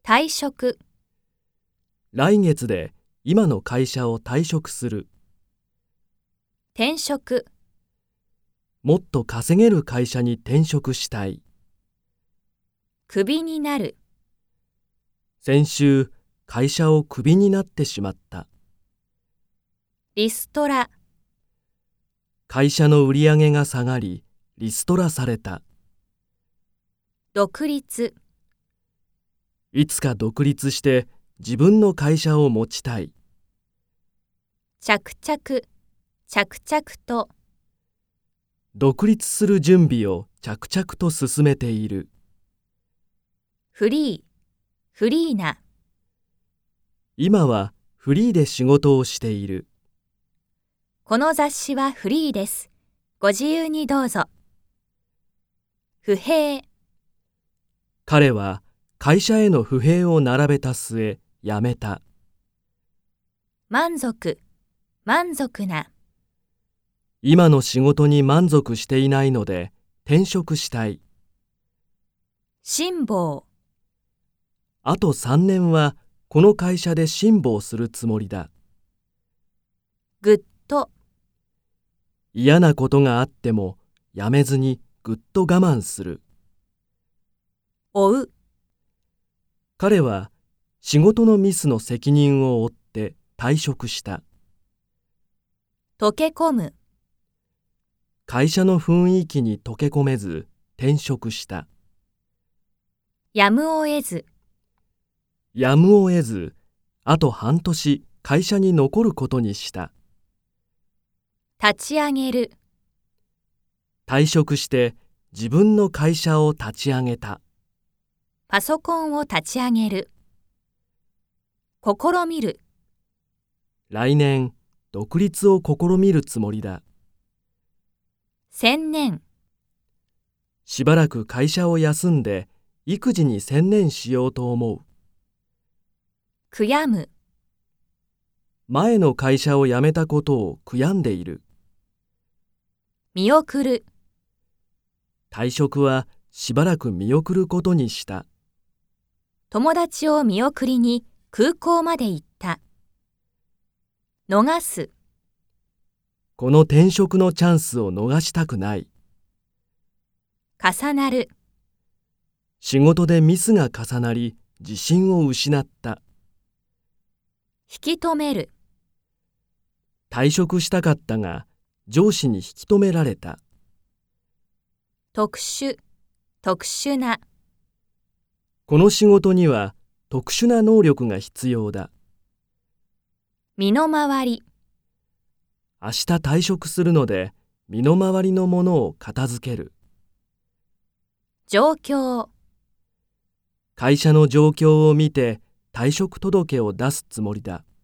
退職、 来月で今の会社を退職する。 転職、 もっと稼げる会社に転職したい。 クビになる、 先週、会社をクビになってしまった。 リストラ、 会社の売り上げが下がり、リストラされた。 独立、 いつか独立して自分の会社を持ちたい。 着々、着々と、 独立する準備を着々と進めている。 フリー、フリーな、 今はフリーで仕事をしている。 この雑誌はフリーです。ご自由にどうぞ。不平、 彼は会社への不平を並べた末、辞めた。 満足、満足な、 今の仕事に満足していないので転職したい。 辛抱、 あと3年はこの会社で辛抱するつもりだ。 ぐっと、 嫌なことがあっても辞めずにぐっと我慢する。 追う、 彼は仕事のミスの責任を負って退職した。 溶け込む、 会社の雰囲気に溶け込めず転職した。 やむを得ず、 やむを得ず、あと半年会社に残ることにした。 立ち上げる、 退職して自分の会社を立ち上げた。 パソコンを立ち上げる。試みる、 来年、独立を試みるつもりだ。 専念、 しばらく会社を休んで育児に専念しようと思う。 悔やむ、 前の会社を辞めたことを悔やんでいる。 見送る、 退職はしばらく見送ることにした。 友達を見送りに空港まで行った。逃す、 この転職のチャンスを逃したくない。 重なる、 仕事でミスが重なり自信を失った。 引き止める、 退職したかったが上司に引き止められた。 特殊、特殊な、 この仕事には特殊な能力が必要だ。 身の回り、 明日退職するので身の回りのものを片付ける。 状況、 会社の状況を見て退職届を出すつもりだ。